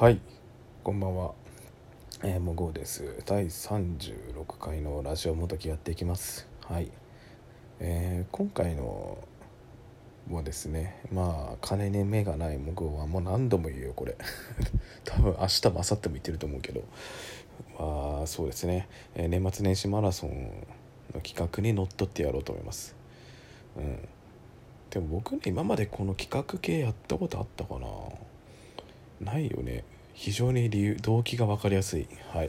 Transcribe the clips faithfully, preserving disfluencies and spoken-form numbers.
はい、こんばんは。えー、もうゴーです。だいさんじゅうろっかいのラジオもどきやっていきます。はい、えー、今回のもですね、まあ金に目がないもゴーはもう何度も言うよこれ。多分明日も明後日も言ってると思うけど、まあそうですね、えー、年末年始マラソンの企画にのっとってやろうと思います。うん。でも僕ね、今までこの企画系やったことあったかな。ないよね。非常に理由動機が分かりやすい。はい。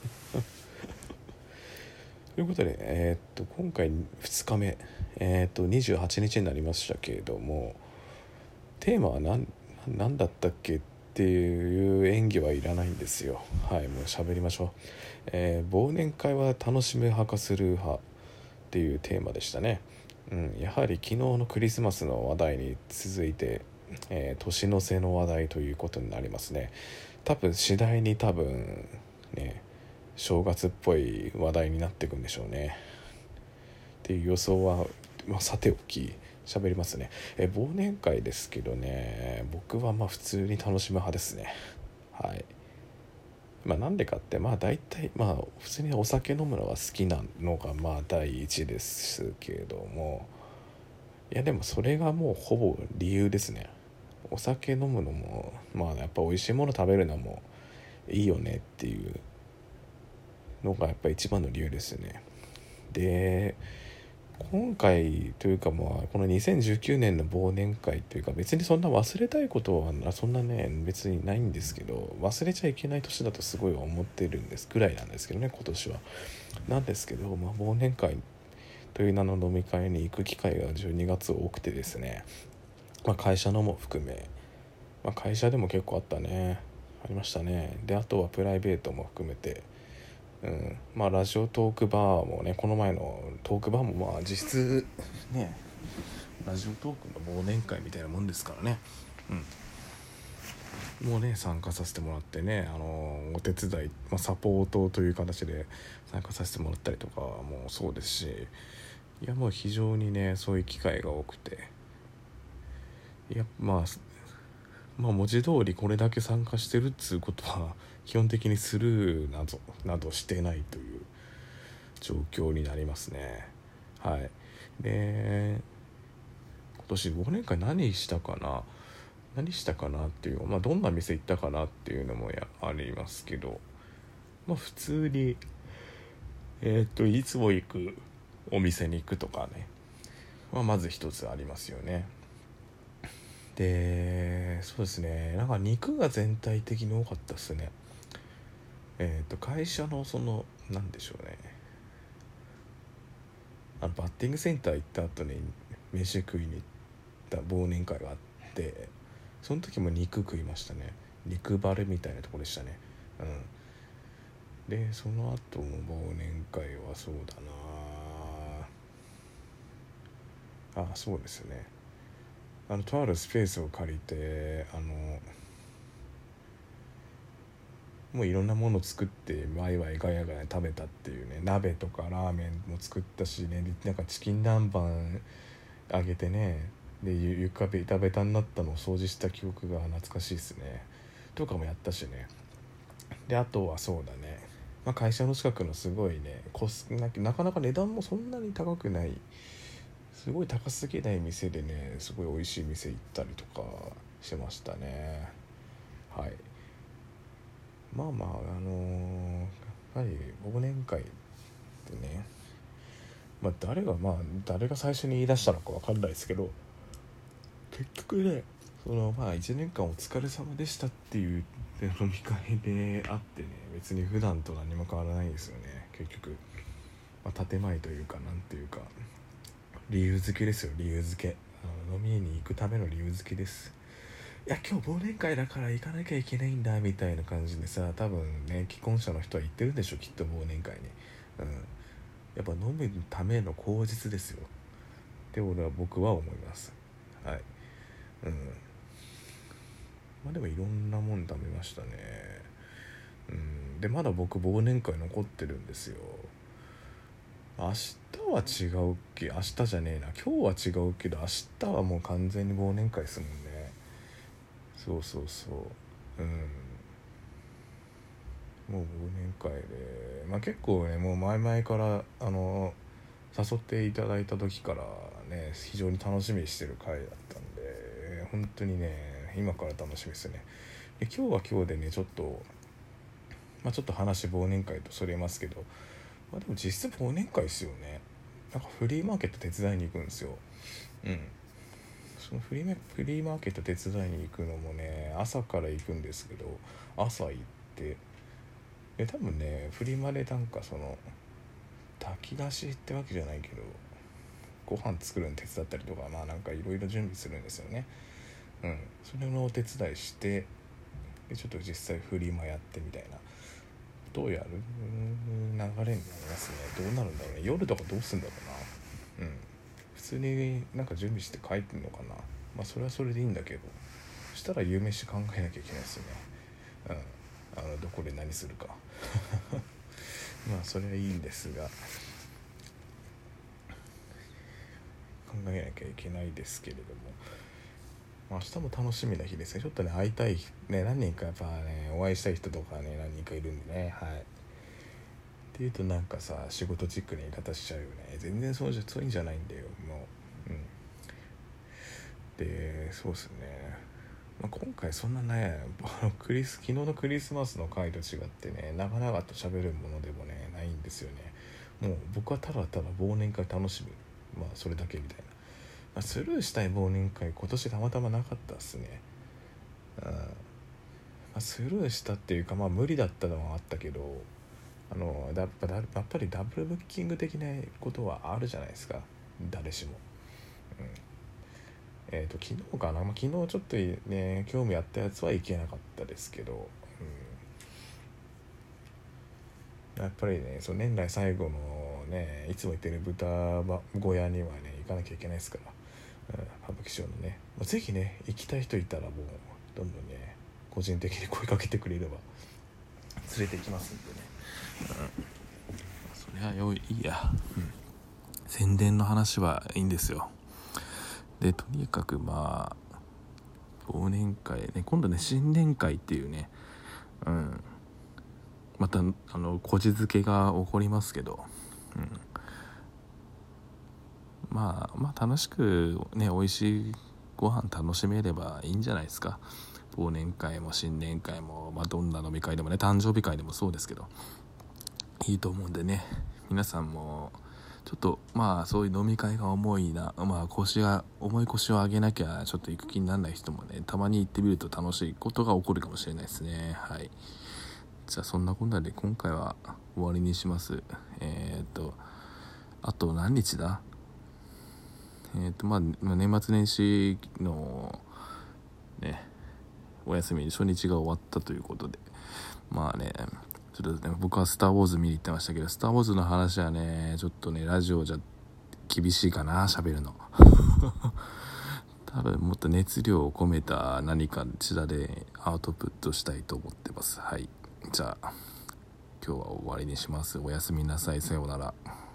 ということで、えー、っと今回ふつかめ、えー、っとにじゅうはちにちになりましたけれども、テーマは何何だったっけっていう演技はいらないんですよ。はい、もう喋りましょう。えー忘年会は楽しむ派かする派っていうテーマでしたね。うん、やはり昨日のクリスマスの話題に続いて、えー年の瀬の話題ということになりますね。多分次第に多分ね、正月っぽい話題になっていくんでしょうねっていう予想は、まあ、さておき喋りますね。え忘年会ですけどね、僕はまあ普通に楽しむ派ですね。はい。まあなんでかって、まあ大体まあ普通にお酒飲むのは好きなのがまあ第一ですけれども、いやでもそれがもうほぼ理由ですね。お酒飲むのもまあやっぱ美味しいもの食べるのもいいよねっていうのがやっぱ一番の理由ですよね。で今回というか、まあこのにせんじゅうきゅうねんの忘年会というか、別にそんな忘れたいことはそんなね別にないんですけど、忘れちゃいけない年だとすごい思ってるんですぐらいなんですけどね、今年は。なんですけど、まあ、忘年会という名の飲み会に行く機会がじゅうにがつ多くてですね、まあ、会社のも含め、まあ、会社でも結構あったね、ありましたね。であとはプライベートも含めて、うん、まあラジオトークバーもね、この前のトークバーもまあ実質ね、ラジオトークの忘年会みたいなもんですからね。うん、もうね参加させてもらってね、あのお手伝い、まあ、サポートという形で参加させてもらったりとかもそうですし、いやもう非常にねそういう機会が多くて、いやまあまあ文字通りこれだけ参加してるっつうことは基本的にスルーなどなどしてないという状況になりますね。はい。で今年忘年会何したかな何したかなっていう、まあどんな店行ったかなっていうのもやありますけど、まあ普通にえっといつも行くお店に行くとかね、まあ、まず一つありますよね。でそうですね、なんか肉が全体的に多かったですね。えっと会社のそのなんでしょうね、あのバッティングセンター行った後に飯食いに行った忘年会があって、その時も肉食いましたね。肉バルみたいなところでしたね。うん。でその後も忘年会はそうだなあ、そうですね、あのとあるスペースを借りて、あのもういろんなものを作ってワイワイガヤガヤ食べたっていうね、鍋とかラーメンも作ったしね、なんかチキン南蛮あげてね、で床ベタベタになったのを掃除した記憶が懐かしいですね。とかもやったしね。であとはそうだね、まあ、会社の近くのすごいねコスななかなか値段もそんなに高くない、すごい高すぎない店でね、すごい美味しい店行ったりとかしましたね。はい。まあまああのー、やっぱり忘年会ってね、まあ誰がまあ誰が最初に言い出したのか分かんないですけど、結局ね、そのまあいちねんかんお疲れ様でしたっていう飲み会であってね、別に普段と何も変わらないですよね結局。まあ、建前というかなんていうか理由付けですよ、理由付け。あの飲みに行くための理由付けです。いや今日忘年会だから行かなきゃいけないんだみたいな感じでさ、多分ね既婚者の人は言ってるんでしょきっと忘年会に。うん、やっぱ飲むための口実ですよって俺は僕は思います。はい。うん。まあでもいろんなもん食べましたね。うん。でまだ僕忘年会残ってるんですよ。明日は違うっけ、明日じゃねえな、今日は違うけど明日はもう完全に忘年会ですもんね。そうそうそう。うん。 もう忘年会で、まあ、結構ねもう前々からあの誘っていただいた時からね非常に楽しみにしてる回だったんで、本当にね今から楽しみですよね。で今日は今日でねちょっとまあちょっと話忘年会とそれますけど、まあ、でも実質忘年会ですよね。なんかフリーマーケット手伝いに行くんですよ。うんそのフリーフリーマーケット手伝いに行くのもね朝から行くんですけど、朝行ってで多分ねフリマでなんかその炊き出しってわけじゃないけどご飯作るの手伝ったりとかまあなんかいろいろ準備するんですよね。うんそれのお手伝いしてでちょっと実際フリマやってみたいなどうやる流れになりますね。どうなるんだろうね。夜とかどうすんだろうな。うん普通になんか準備して帰ってんのかな。まあそれはそれでいいんだけど、そしたら夕飯考えなきゃいけないですよね。うんあのどこで何するかまあそれはいいんですが考えなきゃいけないですけれども、まあ、明日も楽しみな日ですね。ちょっとね会いたいね何人かやっぱねお会いしたい人とかね何人かいるんでね。はいっていうとなんかさ仕事チックな言い方しちゃうよね。全然そうじゃそういうんじゃないんだよもう。うんでそうですね、まあ、今回そんなねクリス昨日のクリスマスの回と違ってね長々と喋るものでもねないんですよね。もう僕はただただ忘年会楽しむ、まあそれだけみたいな、まあ、スルーしたい忘年会今年たまたまなかったっすね。うんまあ、スルーしたっていうかまあ無理だったのはあったけどあのやっぱやっぱりダブルブッキング的なことはあるじゃないですか誰しも。うんえー、と昨日かな、まあ、昨日ちょっとね興味あったやつはいけなかったですけど、うん、やっぱりねその年内最後のねいつも行ってる豚小屋にはね行かなきゃいけないですから、うん、歌舞伎町のね、まあ、ぜひね行きたい人いたらもうどんどんね個人的に声かけてくれれば連れて行きますんでね、うん、そりゃよいいや、うん、宣伝の話はいいんですよ。でとにかくまあ忘年会ね今度ね新年会っていうね、うん、またあのこじつけが起こりますけど、うん、まあまあ楽しくね美味しいご飯楽しめればいいんじゃないですか。忘年会も新年会も、まあ、どんな飲み会でもね誕生日会でもそうですけどいいと思うんでね皆さんもちょっとまあそういう飲み会が重いな、まあ腰が重い腰を上げなきゃちょっと行く気にならない人もねたまに行ってみると楽しいことが起こるかもしれないですね。はいじゃあそんなこんなで今回は終わりにします。えー、っとあと何日だえー、っとまあ年末年始のねお休み初日が終わったということでまあねちょっとね僕はスターウォーズ見に行ってましたけどスターウォーズの話はねちょっとねラジオじゃ厳しいかな喋るの多分もっと熱量を込めた何かしらでアウトプットしたいと思ってます。はいじゃあ今日は終わりにします。おやすみなさい。さようなら。